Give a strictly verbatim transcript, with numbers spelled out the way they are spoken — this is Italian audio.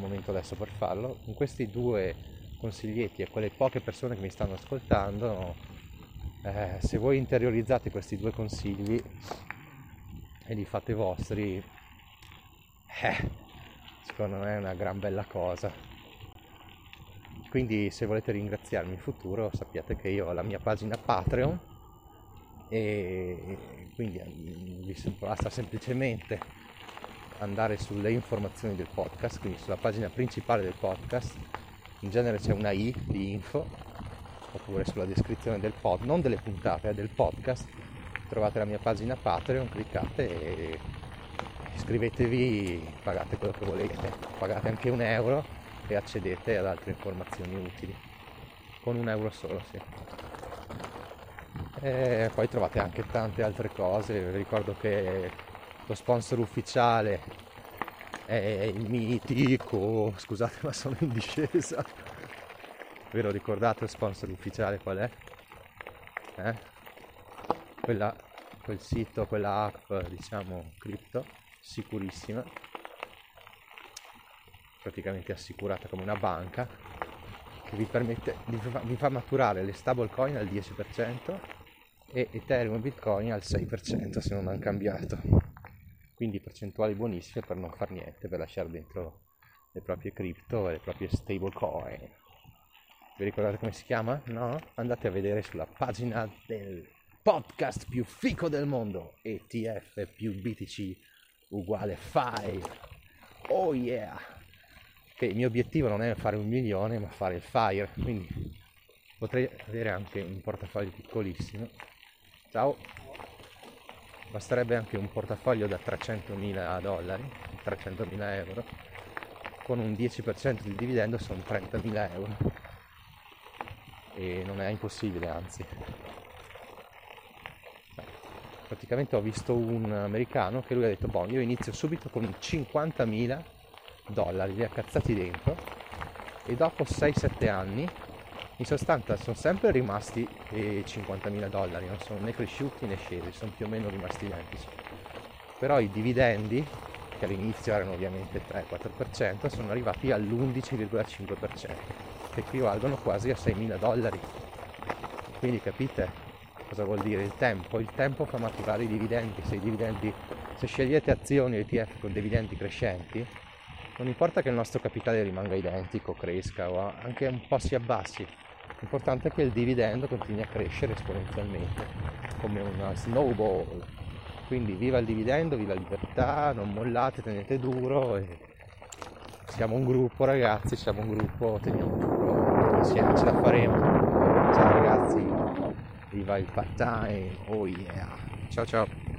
momento adesso per farlo. Con questi due consiglietti e quelle poche persone che mi stanno ascoltando, eh, se voi interiorizzate questi due consigli e li fate vostri, eh, secondo me è una gran bella cosa. Quindi se volete ringraziarmi in futuro, sappiate che io ho la mia pagina Patreon e quindi vi basta semplicemente andare sulle informazioni del podcast, quindi sulla pagina principale del podcast. In genere c'è una i di info, oppure sulla descrizione del pod, non delle puntate, eh, del podcast, trovate la mia pagina Patreon, cliccate e iscrivetevi, pagate quello che volete, pagate anche un euro e accedete ad altre informazioni utili, con un euro solo, sì. E poi trovate anche tante altre cose. Vi ricordo che lo sponsor ufficiale è il mitico, scusate ma sono in discesa, ve lo ricordate lo sponsor ufficiale qual è? Eh? Quella, quel sito, quella app, diciamo, cripto, sicurissima, praticamente assicurata come una banca, che vi permette, vi fa maturare le stablecoin al dieci per cento e Ethereum e Bitcoin al sei per cento se non hanno cambiato. Quindi percentuali buonissime per non far niente, per lasciare dentro le proprie cripto e le proprie stablecoin. Vi ricordate come si chiama? No? Andate a vedere sulla pagina del podcast più fico del mondo, E T F più B T C uguale cinque. Oh yeah! Che il mio obiettivo non è fare un milione, ma fare il FIRE, quindi potrei avere anche un portafoglio piccolissimo. Ciao! Basterebbe anche un portafoglio da trecentomila dollari, trecentomila euro, con un dieci per cento di dividendo sono trentamila euro. E non è impossibile, anzi. Praticamente ho visto un americano che lui ha detto, boh, io inizio subito con cinquantamila dollari, li ha cazzati dentro, e dopo sei sette anni, in sostanza sono sempre rimasti eh, cinquantamila dollari, non sono né cresciuti né scesi, sono più o meno rimasti identici. Però i dividendi, che all'inizio erano ovviamente tre quattro per cento, sono arrivati all'undici virgola cinque per cento, che equivalgono quasi a seimila dollari. Quindi capite cosa vuol dire il tempo? Il tempo fa maturare i dividendi. Se i dividendi, se scegliete azioni o E T F con dividendi crescenti, non importa che il nostro capitale rimanga identico, cresca o anche un po' si abbassi, l'importante è che il dividendo continui a crescere esponenzialmente, come una snowball. Quindi viva il dividendo, viva la libertà, non mollate, tenete duro e siamo un gruppo, ragazzi, siamo un gruppo, teniamo duro, insieme ce la faremo. Ciao ragazzi, viva il part time, oh yeah, ciao ciao.